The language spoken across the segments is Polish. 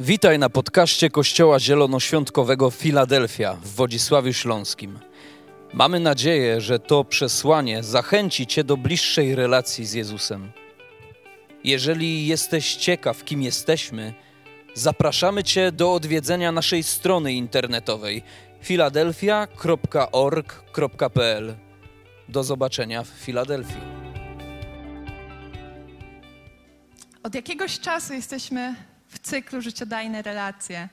Witaj na podcaście Kościoła Zielonoświątkowego Filadelfia w Wodzisławiu Śląskim. Mamy nadzieję, że to przesłanie zachęci Cię do bliższej relacji z Jezusem. Jeżeli jesteś ciekaw, kim jesteśmy, zapraszamy Cię do odwiedzenia naszej strony internetowej filadelfia.org.pl. Do zobaczenia w Filadelfii. Od jakiegoś czasu jesteśmy w cyklu Życiodajne relacje.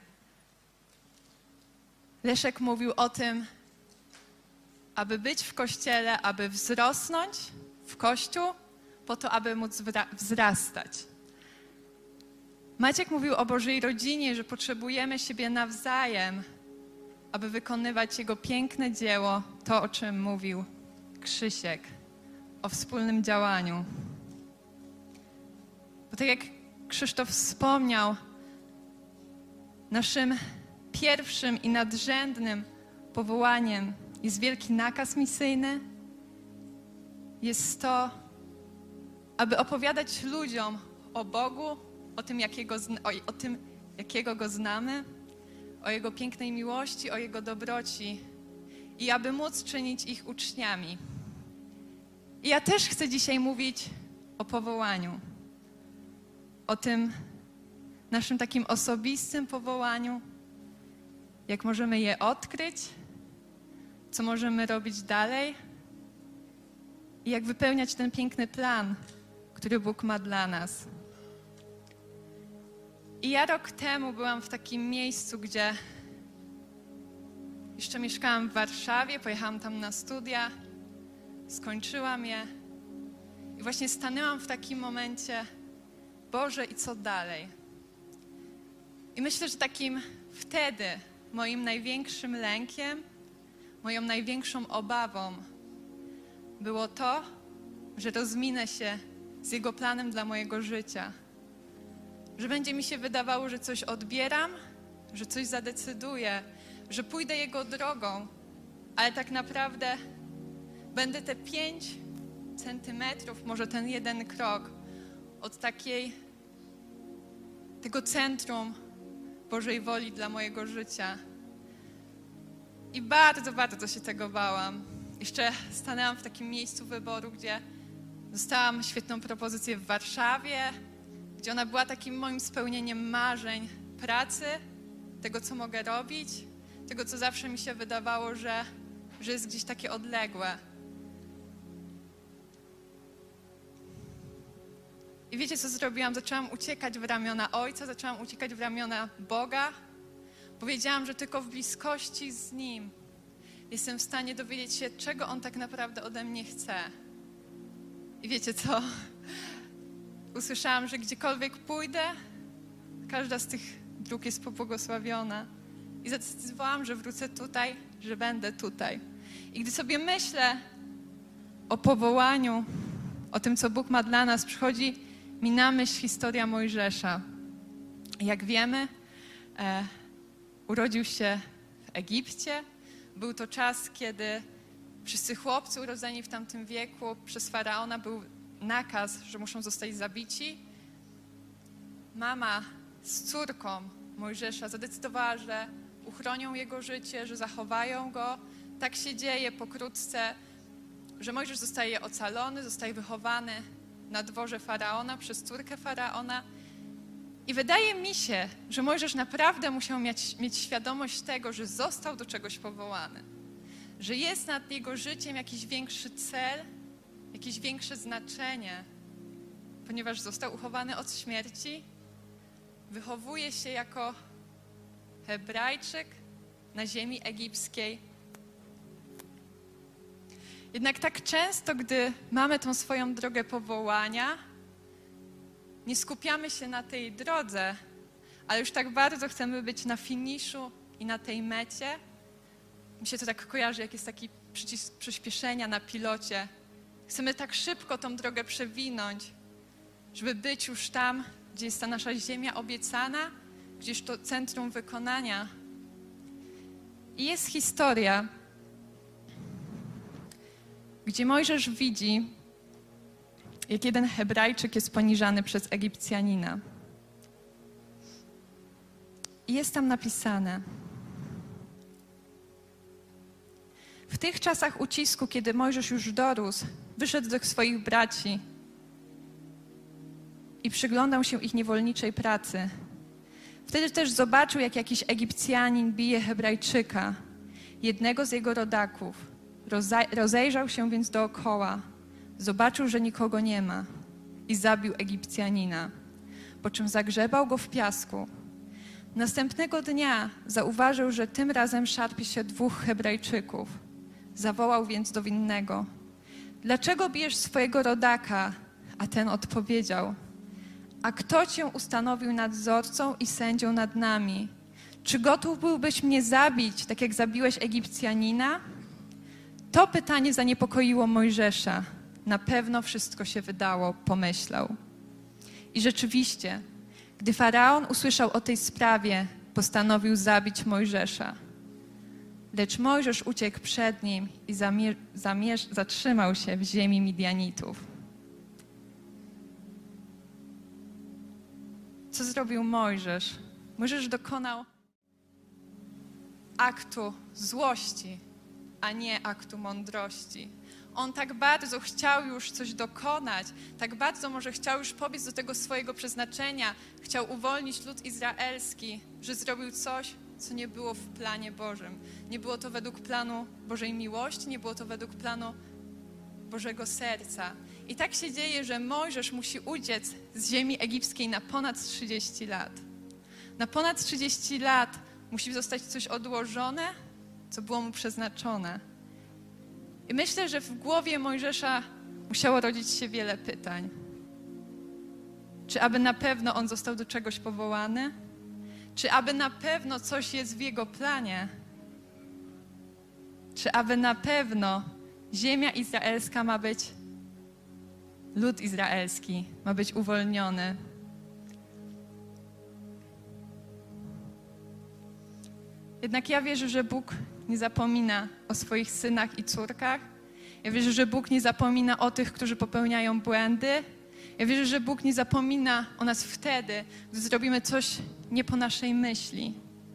Leszek mówił o tym, aby być w Kościele, aby wzrosnąć w Kościół, po to, aby móc wzrastać. Maciek mówił o Bożej rodzinie, że potrzebujemy siebie nawzajem, aby wykonywać Jego piękne dzieło, to o czym mówił Krzysiek, o wspólnym działaniu. Bo tak jak Krzysztof wspomniał, naszym pierwszym i nadrzędnym powołaniem jest wielki nakaz misyjny. Jest to, aby opowiadać ludziom o Bogu, o tym, jakiego Go znamy, o Jego pięknej miłości, o Jego dobroci i aby móc czynić ich uczniami. I ja też chcę dzisiaj mówić o powołaniu. O tym naszym takim osobistym powołaniu, jak możemy je odkryć, co możemy robić dalej i jak wypełniać ten piękny plan, który Bóg ma dla nas. I ja rok temu byłam w takim miejscu, gdzie jeszcze mieszkałam w Warszawie, pojechałam tam na studia, skończyłam je i właśnie stanęłam w takim momencie: Boże, i co dalej? I myślę, że takim wtedy moim największym lękiem, moją największą obawą było to, że rozminę się z Jego planem dla mojego życia. Że będzie mi się wydawało, że coś odbieram, że coś zadecyduję, że pójdę Jego drogą, ale tak naprawdę będę te 5 centymetrów, może ten 1 krok od tego centrum Bożej woli dla mojego życia. I bardzo, bardzo się tego bałam. Jeszcze stanęłam w takim miejscu wyboru, gdzie dostałam świetną propozycję w Warszawie, gdzie ona była takim moim spełnieniem marzeń, pracy, tego, co mogę robić, tego, co zawsze mi się wydawało, że jest gdzieś takie odległe. I wiecie, co zrobiłam? Zaczęłam uciekać w ramiona Ojca, zaczęłam uciekać w ramiona Boga. Powiedziałam, że tylko w bliskości z Nim jestem w stanie dowiedzieć się, czego On tak naprawdę ode mnie chce. I wiecie co? Usłyszałam, że gdziekolwiek pójdę, każda z tych dróg jest pobłogosławiona. I zdecydowałam, że wrócę tutaj, że będę tutaj. I gdy sobie myślę o powołaniu, o tym, co Bóg ma dla nas, przychodzi mi na myśl historia Mojżesza. Jak wiemy, urodził się w Egipcie. Był to czas, kiedy wszyscy chłopcy urodzeni w tamtym wieku przez faraona był nakaz, że muszą zostać zabici. Mama z córką Mojżesza zadecydowała, że uchronią jego życie, że zachowają go. Tak się dzieje pokrótce, że Mojżesz zostaje ocalony, zostaje wychowany na dworze faraona przez córkę faraona. I wydaje mi się, że Mojżesz naprawdę musiał mieć świadomość tego, że został do czegoś powołany. Że jest nad jego życiem jakiś większy cel, jakieś większe znaczenie. Ponieważ został uchowany od śmierci, wychowuje się jako Hebrajczyk na ziemi egipskiej. Jednak tak często, gdy mamy tą swoją drogę powołania, nie skupiamy się na tej drodze, ale już tak bardzo chcemy być na finiszu i na tej mecie. Mi się to tak kojarzy, jak jest taki przycisk przyspieszenia na pilocie. Chcemy tak szybko tą drogę przewinąć, żeby być już tam, gdzie jest ta nasza ziemia obiecana, gdzieś to centrum wykonania. I jest historia, gdzie Mojżesz widzi, jak jeden Hebrajczyk jest poniżany przez Egipcjanina. I jest tam napisane: w tych czasach ucisku, kiedy Mojżesz już dorósł, wyszedł do swoich braci i przyglądał się ich niewolniczej pracy. Wtedy też zobaczył, jak jakiś Egipcjanin bije Hebrajczyka, jednego z jego rodaków. Rozejrzał się więc dookoła, zobaczył, że nikogo nie ma i zabił Egipcjanina, po czym zagrzebał go w piasku. Następnego dnia zauważył, że tym razem szarpie się 2 Hebrajczyków. Zawołał więc do winnego: dlaczego bijesz swojego rodaka? A ten odpowiedział: a kto cię ustanowił nadzorcą i sędzią nad nami? Czy gotów byłbyś mnie zabić, tak jak zabiłeś Egipcjanina? To pytanie zaniepokoiło Mojżesza. Na pewno wszystko się wydało, pomyślał. I rzeczywiście, gdy Faraon usłyszał o tej sprawie, postanowił zabić Mojżesza. Lecz Mojżesz uciekł przed nim i zatrzymał się w ziemi Midianitów. Co zrobił Mojżesz? Mojżesz dokonał aktu złości, a nie aktu mądrości. On tak bardzo chciał już coś dokonać, tak bardzo może chciał już pobiec do tego swojego przeznaczenia, chciał uwolnić lud izraelski, że zrobił coś, co nie było w planie Bożym. Nie było to według planu Bożej miłości, nie było to według planu Bożego serca. I tak się dzieje, że Mojżesz musi uciec z ziemi egipskiej na ponad 30 lat. Na ponad 30 lat musi zostać coś odłożone, co było mu przeznaczone. I myślę, że w głowie Mojżesza musiało rodzić się wiele pytań. Czy aby na pewno on został do czegoś powołany? Czy aby na pewno coś jest w jego planie? Czy aby na pewno ziemia izraelska ma być, lud izraelski ma być uwolniony? Jednak ja wierzę, że Bóg nie zapomina o swoich synach i córkach. Ja wierzę, że Bóg nie zapomina o tych, którzy popełniają błędy. Ja wierzę, że Bóg nie zapomina o nas wtedy, gdy zrobimy coś nie po naszej myśli.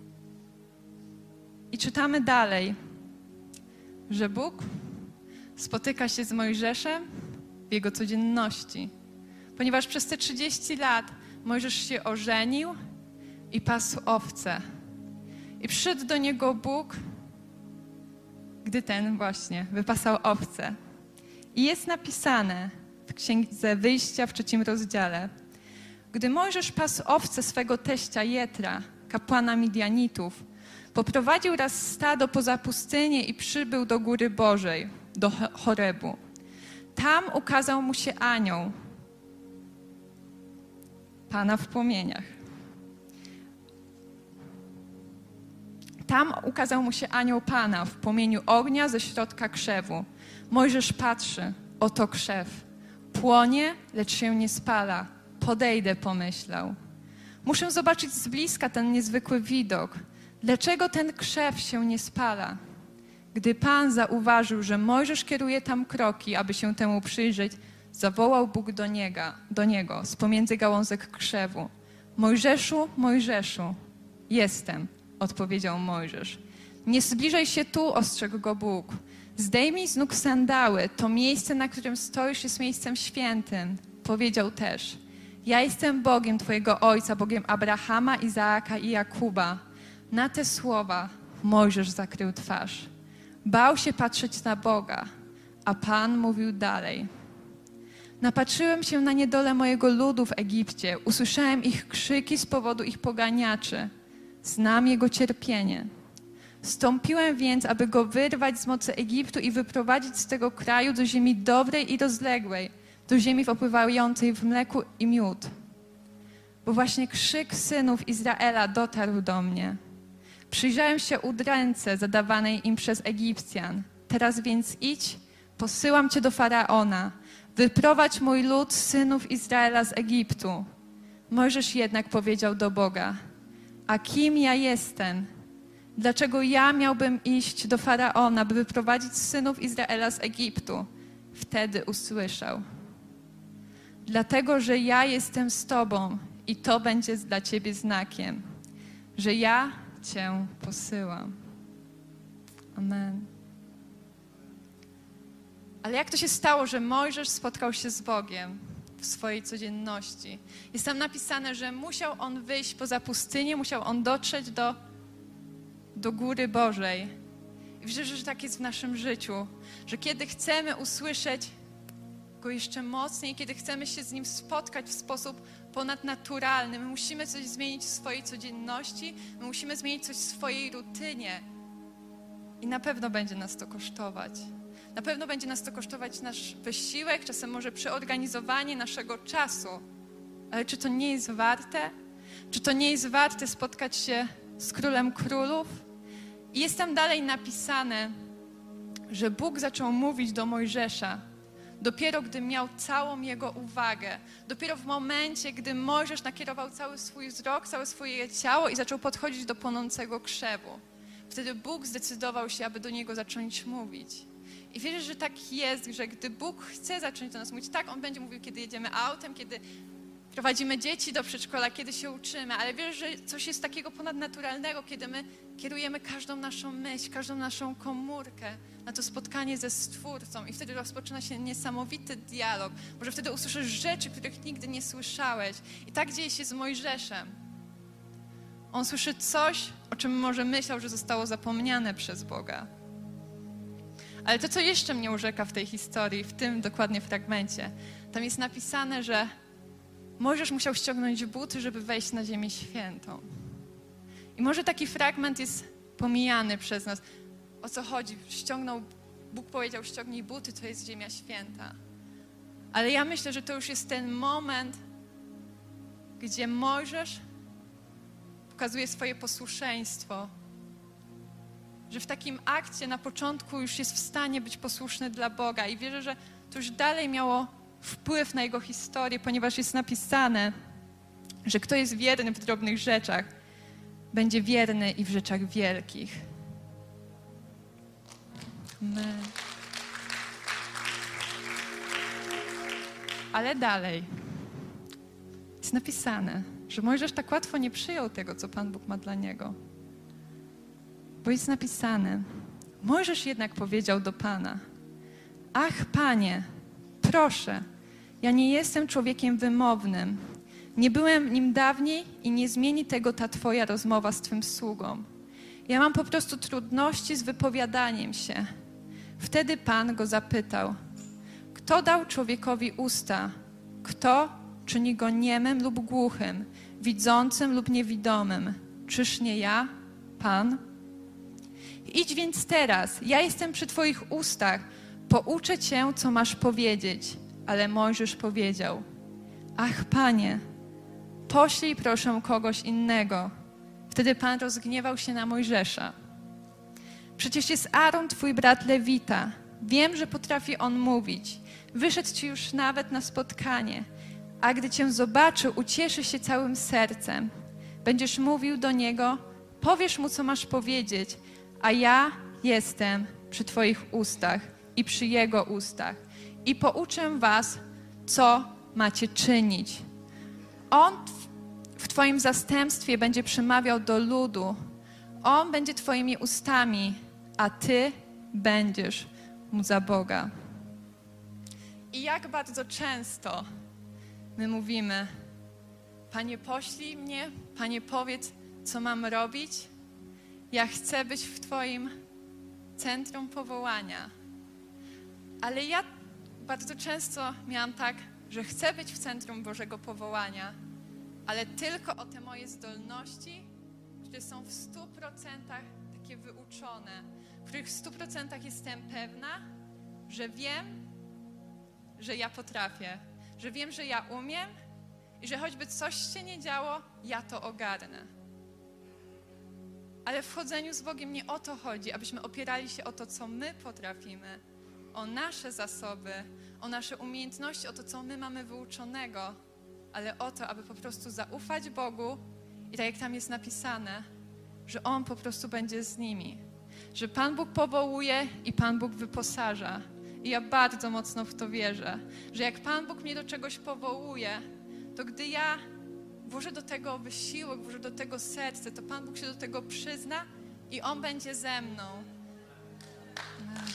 I czytamy dalej, że Bóg spotyka się z Mojżeszem w jego codzienności. Ponieważ przez te 30 lat Mojżesz się ożenił i pasł owce. I przyszedł do niego Bóg, gdy ten właśnie wypasał owce. I jest napisane w Księdze Wyjścia w 3 rozdziale: gdy Mojżesz pasł owce swego teścia Jetra, kapłana Midianitów, poprowadził raz stado poza pustynię i przybył do Góry Bożej, do Chorebu. Tam ukazał mu się anioł Pana w płomieniach. Tam ukazał mu się anioł Pana w płomieniu ognia ze środka krzewu. Mojżesz patrzy, oto krzew. Płonie, lecz się nie spala. Podejdę, pomyślał. Muszę zobaczyć z bliska ten niezwykły widok. Dlaczego ten krzew się nie spala? Gdy Pan zauważył, że Mojżesz kieruje tam kroki, aby się temu przyjrzeć, zawołał Bóg do niego z pomiędzy gałązek krzewu. Mojżeszu, Mojżeszu. Jestem, odpowiedział Mojżesz. Nie zbliżaj się tu, ostrzegł go Bóg. Zdejmij z nóg sandały, to miejsce, na którym stoisz, jest miejscem świętym. Powiedział też: ja jestem Bogiem twojego ojca, Bogiem Abrahama, Izaaka i Jakuba. Na te słowa Mojżesz zakrył twarz. Bał się patrzeć na Boga, a Pan mówił dalej: napatrzyłem się na niedolę mojego ludu w Egipcie, usłyszałem ich krzyki z powodu ich poganiaczy. Znam jego cierpienie. Wstąpiłem więc, aby go wyrwać z mocy Egiptu i wyprowadzić z tego kraju do ziemi dobrej i rozległej, do ziemi opływającej w mleku i miód. Bo właśnie krzyk synów Izraela dotarł do mnie. Przyjrzałem się udręce zadawanej im przez Egipcjan. Teraz więc idź, posyłam cię do Faraona. Wyprowadź mój lud, synów Izraela, z Egiptu. Mojżesz jednak powiedział do Boga: a kim ja jestem? Dlaczego ja miałbym iść do Faraona, by wyprowadzić synów Izraela z Egiptu? Wtedy usłyszał: dlatego, że ja jestem z tobą i to będzie dla ciebie znakiem. że ja Cię posyłam. Amen. Ale jak to się stało, że Mojżesz spotkał się z Bogiem w swojej codzienności? Jest tam napisane, że musiał on wyjść poza pustynię, musiał on dotrzeć do góry Bożej. I wierzę, że tak jest w naszym życiu, że kiedy chcemy usłyszeć Go jeszcze mocniej, kiedy chcemy się z Nim spotkać w sposób ponadnaturalny, my musimy coś zmienić w swojej codzienności, my musimy zmienić coś w swojej rutynie. I na pewno będzie nas to kosztować. Na pewno będzie nas to kosztować nasz wysiłek, czasem może przeorganizowanie naszego czasu. Ale czy to nie jest warte? Czy to nie jest warte spotkać się z Królem Królów? I jest tam dalej napisane, że Bóg zaczął mówić do Mojżesza dopiero gdy miał całą jego uwagę. Dopiero w momencie, gdy Mojżesz nakierował cały swój wzrok, całe swoje ciało i zaczął podchodzić do płonącego krzewu. Wtedy Bóg zdecydował się, aby do niego zacząć mówić. I wierzę, że tak jest, że gdy Bóg chce zacząć do nas mówić, tak, On będzie mówił, kiedy jedziemy autem, kiedy prowadzimy dzieci do przedszkola, kiedy się uczymy, ale wierzę, że coś jest takiego ponadnaturalnego, kiedy my kierujemy każdą naszą myśl, każdą naszą komórkę na to spotkanie ze Stwórcą i wtedy rozpoczyna się niesamowity dialog. Może wtedy usłyszysz rzeczy, których nigdy nie słyszałeś. I tak dzieje się z Mojżeszem. On słyszy coś, o czym może myślał, że zostało zapomniane przez Boga. Ale to, co jeszcze mnie urzeka w tej historii, w tym dokładnie fragmencie, tam jest napisane, że Mojżesz musiał ściągnąć buty, żeby wejść na ziemię świętą. I może taki fragment jest pomijany przez nas. O co chodzi? Bóg powiedział, ściągnij buty, to jest ziemia święta. Ale ja myślę, że to już jest ten moment, gdzie Mojżesz pokazuje swoje posłuszeństwo. Że w takim akcie na początku już jest w stanie być posłuszny dla Boga. I wierzę, że to już dalej miało wpływ na jego historię, ponieważ jest napisane, że kto jest wierny w drobnych rzeczach, będzie wierny i w rzeczach wielkich. Amen. Ale dalej jest napisane, że Mojżesz tak łatwo nie przyjął tego, co Pan Bóg ma dla niego. Bo jest napisane, Mojżesz jednak powiedział do Pana, ach, Panie, proszę, ja nie jestem człowiekiem wymownym. Nie byłem nim dawniej i nie zmieni tego ta Twoja rozmowa z Twym sługą. Ja mam po prostu trudności z wypowiadaniem się. Wtedy Pan go zapytał, kto dał człowiekowi usta? Kto czyni go niemym lub głuchym, widzącym lub niewidomym? Czyż nie ja, Pan? Idź więc teraz, ja jestem przy Twoich ustach, pouczę Cię, co masz powiedzieć. Ale Mojżesz powiedział, ach, Panie, poślij proszę kogoś innego. Wtedy Pan rozgniewał się na Mojżesza. Przecież jest Aaron, Twój brat Lewita. Wiem, że potrafi on mówić. Wyszedł Ci już nawet na spotkanie, a gdy Cię zobaczy, ucieszy się całym sercem. Będziesz mówił do niego, powiesz mu, co masz powiedzieć, a ja jestem przy Twoich ustach i przy jego ustach i pouczę was, co macie czynić. On w Twoim zastępstwie będzie przemawiał do ludu. On będzie Twoimi ustami, a Ty będziesz mu za Boga. I jak bardzo często my mówimy, Panie, poślij mnie, Panie, powiedz, co mam robić. Ja chcę być w Twoim centrum powołania. Ale ja bardzo często miałam tak, że chcę być w centrum Bożego powołania, ale tylko o te moje zdolności, które są w 100% takie wyuczone, w których w 100% jestem pewna, że wiem, że ja potrafię, że wiem, że ja umiem i że choćby coś się nie działo, ja to ogarnę. Ale w chodzeniu z Bogiem nie o to chodzi, abyśmy opierali się o to, co my potrafimy, o nasze zasoby, o nasze umiejętności, o to, co my mamy wyuczonego, ale o to, aby po prostu zaufać Bogu i tak jak tam jest napisane, że On po prostu będzie z nimi. Że Pan Bóg powołuje i Pan Bóg wyposaża. I ja bardzo mocno w to wierzę, że jak Pan Bóg mnie do czegoś powołuje, to gdy ja włożę do tego wysiłek, włożę do tego serce, to Pan Bóg się do tego przyzna i On będzie ze mną. Amen.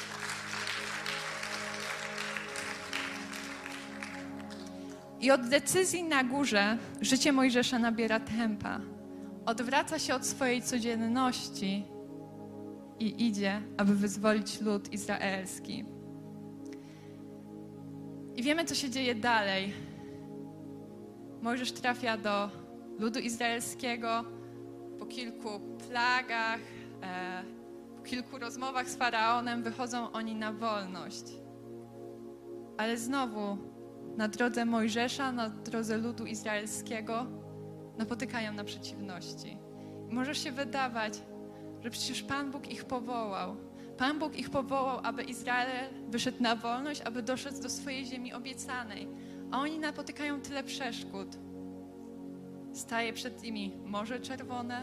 I od decyzji na górze życie Mojżesza nabiera tempa. Odwraca się od swojej codzienności i idzie, aby wyzwolić lud izraelski. I wiemy, co się dzieje dalej. Mojżesz trafia do ludu izraelskiego po kilku plagach, po kilku rozmowach z Faraonem wychodzą oni na wolność. Ale znowu na drodze Mojżesza, na drodze ludu izraelskiego napotykają na przeciwności. I może się wydawać, że przecież Pan Bóg ich powołał. Pan Bóg ich powołał, aby Izrael wyszedł na wolność, aby doszedł do swojej ziemi obiecanej. A oni napotykają tyle przeszkód. Staje przed nimi Morze Czerwone.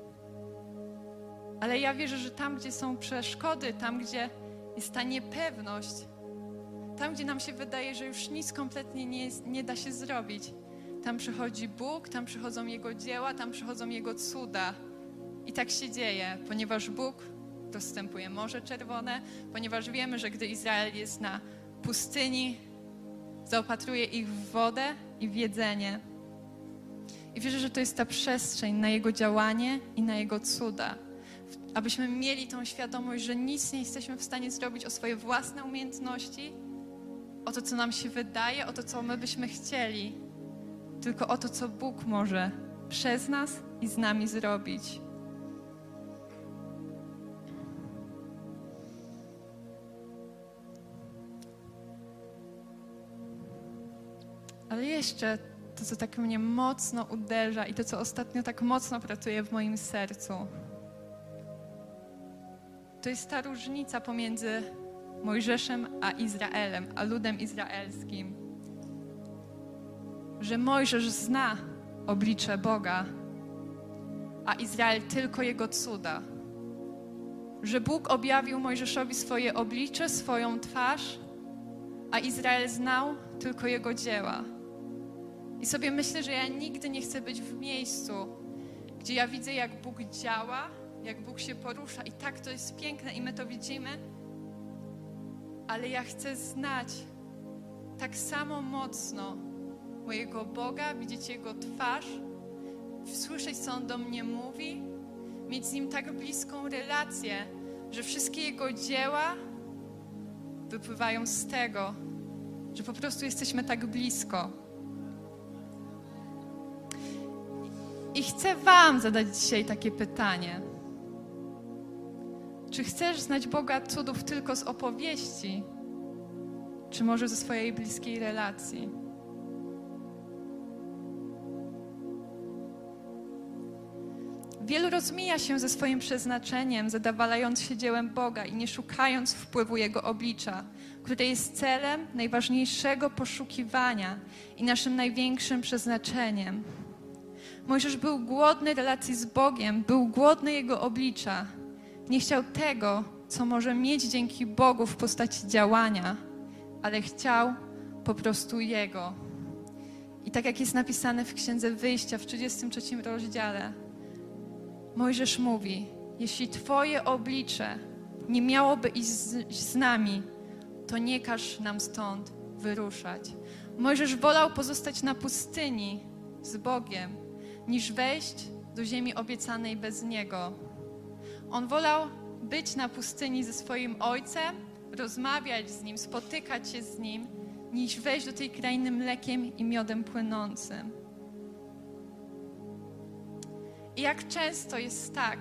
Ale ja wierzę, że tam, gdzie są przeszkody, tam, gdzie jest ta niepewność, tam, gdzie nam się wydaje, że już nic kompletnie nie da się zrobić, tam przychodzi Bóg, tam przychodzą Jego dzieła, tam przychodzą Jego cuda. I tak się dzieje, ponieważ Bóg rozstępuje Morze Czerwone, ponieważ wiemy, że gdy Izrael jest na pustyni, zaopatruje ich w wodę i w jedzenie. I wierzę, że to jest ta przestrzeń na Jego działanie i na Jego cuda. Abyśmy mieli tą świadomość, że nic nie jesteśmy w stanie zrobić o swoje własne umiejętności, o to, co nam się wydaje, o to, co my byśmy chcieli, tylko o to, co Bóg może przez nas i z nami zrobić. Ale jeszcze to, co tak mnie mocno uderza i to, co ostatnio tak mocno pracuje w moim sercu, to jest ta różnica pomiędzy Mojżeszem a Izraelem, a ludem izraelskim. Że Mojżesz zna oblicze Boga, a Izrael tylko Jego cuda. Że Bóg objawił Mojżeszowi swoje oblicze, swoją twarz, a Izrael znał tylko Jego dzieła. I sobie myślę, że ja nigdy nie chcę być w miejscu, gdzie ja widzę, jak Bóg działa, jak Bóg się porusza i tak to jest piękne i my to widzimy, ale ja chcę znać tak samo mocno mojego Boga, widzieć Jego twarz, słyszeć, co On do mnie mówi, mieć z Nim tak bliską relację, że wszystkie Jego dzieła wypływają z tego, że po prostu jesteśmy tak blisko. I chcę Wam zadać dzisiaj takie pytanie. Czy chcesz znać Boga cudów tylko z opowieści, czy może ze swojej bliskiej relacji? Wielu rozmija się ze swoim przeznaczeniem, zadawalając się dziełem Boga i nie szukając wpływu Jego oblicza, które jest celem najważniejszego poszukiwania i naszym największym przeznaczeniem. Mojżesz był głodny relacji z Bogiem, był głodny Jego oblicza. Nie chciał tego, co może mieć dzięki Bogu w postaci działania, ale chciał po prostu Jego. I tak jak jest napisane w Księdze Wyjścia w 33 rozdziale, Mojżesz mówi: jeśli Twoje oblicze nie miałoby iść z nami, to nie każ nam stąd wyruszać. Mojżesz wolał pozostać na pustyni z Bogiem, niż wejść do ziemi obiecanej bez Niego. On wolał być na pustyni ze swoim ojcem, rozmawiać z Nim, spotykać się z Nim, niż wejść do tej krainy mlekiem i miodem płynącym. I jak często jest tak,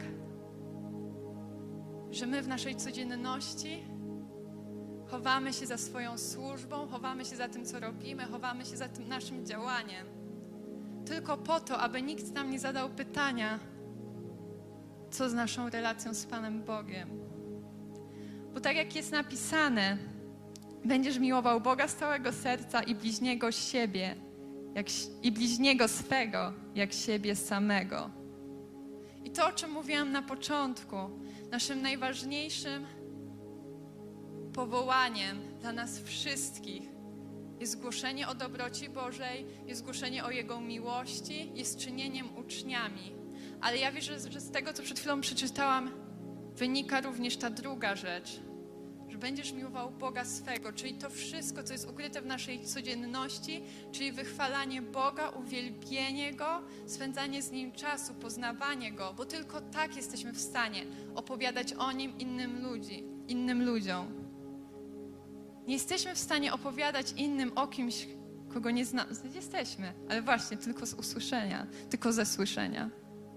że my w naszej codzienności chowamy się za swoją służbą, chowamy się za tym, co robimy, chowamy się za tym naszym działaniem, tylko po to, aby nikt nam nie zadał pytania, co z naszą relacją z Panem Bogiem. Bo tak jak jest napisane, będziesz miłował Boga z całego serca i bliźniego siebie, i bliźniego swego, jak siebie samego. I to, o czym mówiłam na początku, naszym najważniejszym powołaniem dla nas wszystkich jest głoszenie o dobroci Bożej, jest głoszenie o Jego miłości, jest czynieniem uczniami. Ale ja wierzę, że z tego, co przed chwilą przeczytałam, wynika również ta druga rzecz, że będziesz miłował Boga swego, czyli to wszystko, co jest ukryte w naszej codzienności, czyli wychwalanie Boga, uwielbienie Go, spędzanie z Nim czasu, poznawanie Go, bo tylko tak jesteśmy w stanie opowiadać o Nim innym ludziom. Nie jesteśmy w stanie opowiadać innym o kimś, kogo nie znamy. Jesteśmy, ale właśnie tylko z usłyszenia, tylko ze słyszenia.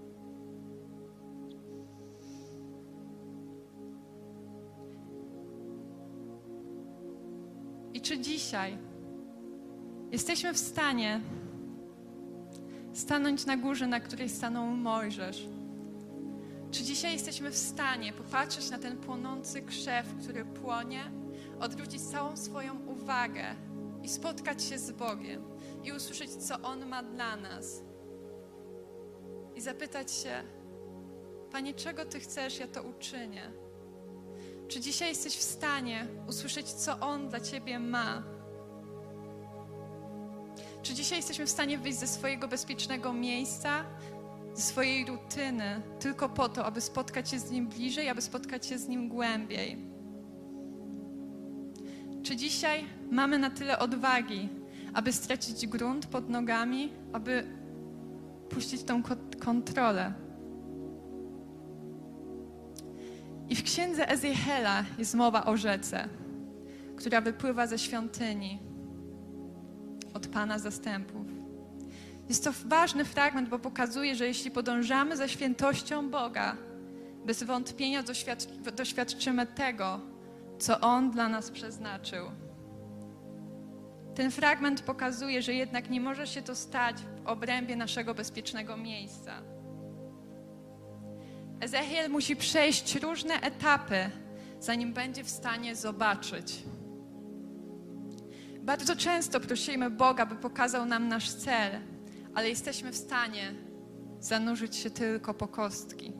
I czy dzisiaj jesteśmy w stanie stanąć na górze, na której stanął Mojżesz? Czy dzisiaj jesteśmy w stanie popatrzeć na ten płonący krzew, który płonie, odwrócić całą swoją uwagę i spotkać się z Bogiem i usłyszeć, co On ma dla nas? I zapytać się, Panie, czego Ty chcesz, ja to uczynię? Czy dzisiaj jesteś w stanie usłyszeć, co On dla Ciebie ma? Czy dzisiaj jesteśmy w stanie wyjść ze swojego bezpiecznego miejsca, ze swojej rutyny, tylko po to, aby spotkać się z Nim bliżej, aby spotkać się z Nim głębiej? Czy dzisiaj mamy na tyle odwagi, aby stracić grunt pod nogami, aby puścić tą kontrolę? I w księdze Ezechiela jest mowa o rzece, która wypływa ze świątyni od Pana zastępów. Jest to ważny fragment, bo pokazuje, że jeśli podążamy za świętością Boga, bez wątpienia doświadczymy tego, co On dla nas przeznaczył. Ten fragment pokazuje, że jednak nie może się to stać w obrębie naszego bezpiecznego miejsca. Ezechiel musi przejść różne etapy, zanim będzie w stanie zobaczyć. Bardzo często prosimy Boga, by pokazał nam nasz cel, ale jesteśmy w stanie zanurzyć się tylko po kostki.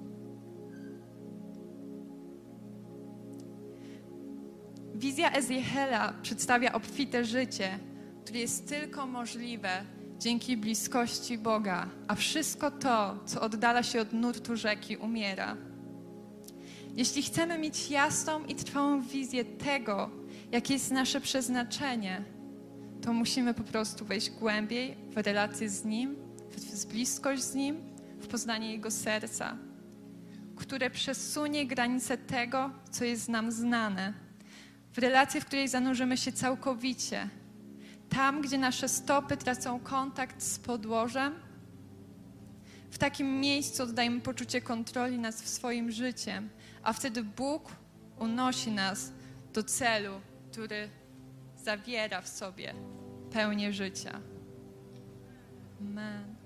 Wizja Ezechiela przedstawia obfite życie, które jest tylko możliwe dzięki bliskości Boga, a wszystko to, co oddala się od nurtu rzeki, umiera. Jeśli chcemy mieć jasną i trwałą wizję tego, jakie jest nasze przeznaczenie, to musimy po prostu wejść głębiej w relację z Nim, w bliskość z Nim, w poznanie Jego serca, które przesunie granice tego, co jest nam znane, w relację, w której zanurzymy się całkowicie, tam, gdzie nasze stopy tracą kontakt z podłożem. W takim miejscu oddajemy poczucie kontroli nad swoim życiem, a wtedy Bóg unosi nas do celu, który zawiera w sobie pełnię życia. Amen.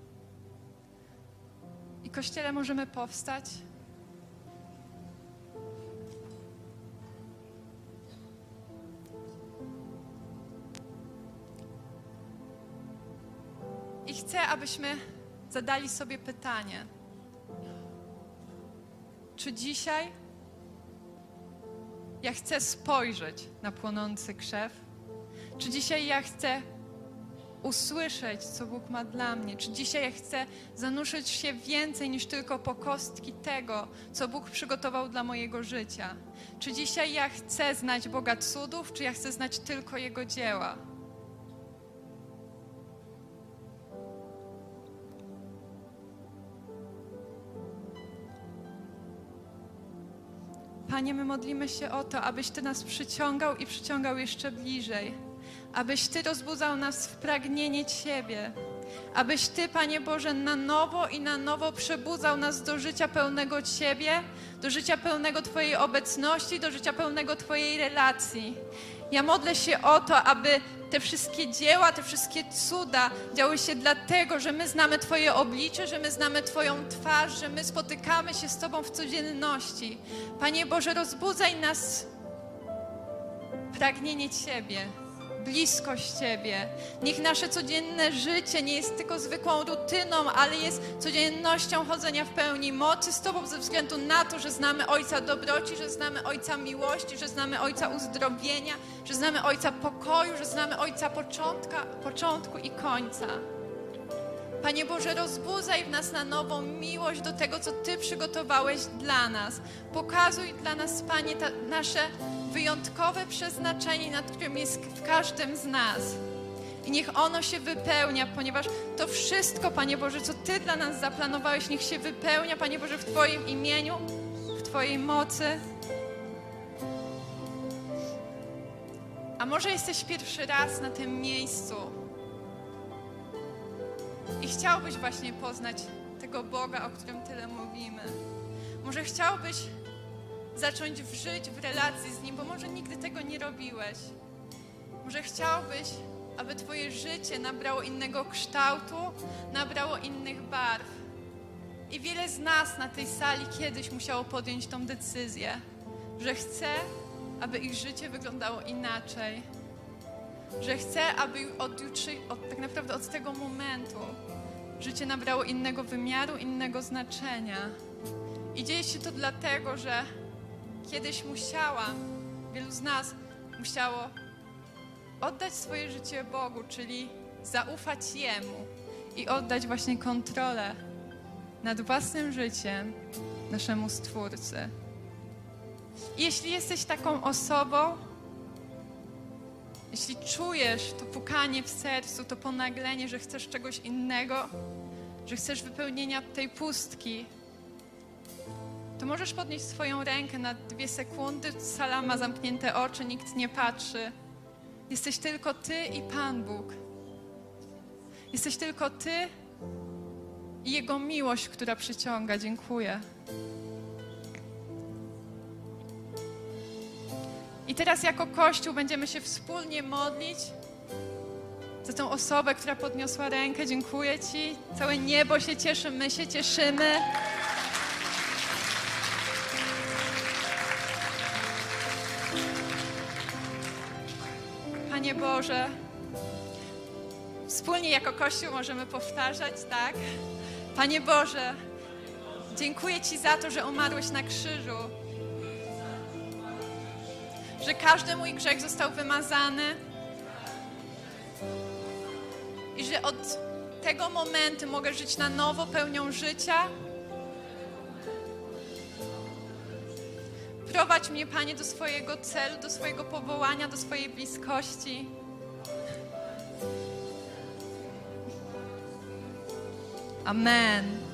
I Kościele, możemy powstać. I chcę, abyśmy zadali sobie pytanie, czy dzisiaj ja chcę spojrzeć na płonący krzew? Czy dzisiaj ja chcę usłyszeć, co Bóg ma dla mnie? Czy dzisiaj ja chcę zanurzyć się więcej niż tylko po kostki tego, co Bóg przygotował dla mojego życia? Czy dzisiaj ja chcę znać Boga cudów, czy ja chcę znać tylko Jego dzieła? Panie, my modlimy się o to, abyś Ty nas przyciągał i przyciągał jeszcze bliżej. Abyś Ty rozbudzał nas w pragnienie Ciebie. Abyś Ty, Panie Boże, na nowo i na nowo przebudzał nas do życia pełnego Ciebie, do życia pełnego Twojej obecności, do życia pełnego Twojej relacji. Ja modlę się o to, aby te wszystkie dzieła, te wszystkie cuda działy się dlatego, że my znamy Twoje oblicze, że my znamy Twoją twarz, że my spotykamy się z Tobą w codzienności. Panie Boże, rozbudzaj nas pragnienie Ciebie, bliskość Ciebie. Niech nasze codzienne życie nie jest tylko zwykłą rutyną, ale jest codziennością chodzenia w pełni mocy z Tobą ze względu na to, że znamy Ojca dobroci, że znamy Ojca miłości, że znamy Ojca uzdrowienia, że znamy Ojca pokoju, że znamy Ojca początku i końca. Panie Boże, rozbudzaj w nas na nową miłość do tego, co Ty przygotowałeś dla nas. Pokazuj dla nas, Panie, nasze wyjątkowe przeznaczenie, nad którym jest w każdym z nas. I niech ono się wypełnia, ponieważ to wszystko, Panie Boże, co Ty dla nas zaplanowałeś, niech się wypełnia, Panie Boże, w Twoim imieniu, w Twojej mocy. A może jesteś pierwszy raz na tym miejscu i chciałbyś właśnie poznać tego Boga, o którym tyle mówimy. Może chciałbyś zacząć żyć w relacji z Nim, bo może nigdy tego nie robiłeś. Może chciałbyś, aby Twoje życie nabrało innego kształtu, nabrało innych barw. I wiele z nas na tej sali kiedyś musiało podjąć tą decyzję, że chce, aby ich życie wyglądało inaczej. Że chce, aby tak naprawdę od tego momentu życie nabrało innego wymiaru, innego znaczenia. I dzieje się to dlatego, że kiedyś wielu z nas musiało oddać swoje życie Bogu, czyli zaufać Jemu i oddać właśnie kontrolę nad własnym życiem naszemu Stwórcy. I jeśli jesteś taką osobą, jeśli czujesz to pukanie w sercu, to ponaglenie, że chcesz czegoś innego, że chcesz wypełnienia tej pustki, to możesz podnieść swoją rękę na 2 sekundy. Sala ma zamknięte oczy, nikt nie patrzy. Jesteś tylko Ty i Pan Bóg. Jesteś tylko Ty i Jego miłość, która przyciąga. Dziękuję. I teraz jako Kościół będziemy się wspólnie modlić za tą osobę, która podniosła rękę. Dziękuję Ci. Całe niebo się cieszy, my się cieszymy. Panie Boże, wspólnie jako Kościół możemy powtarzać, tak? Panie Boże, dziękuję Ci za to, że umarłeś na krzyżu, że każdy mój grzech został wymazany i że od tego momentu mogę żyć na nowo, pełnią życia. Prowadź mnie, Panie, do swojego celu, do swojego powołania, do swojej bliskości. Amen.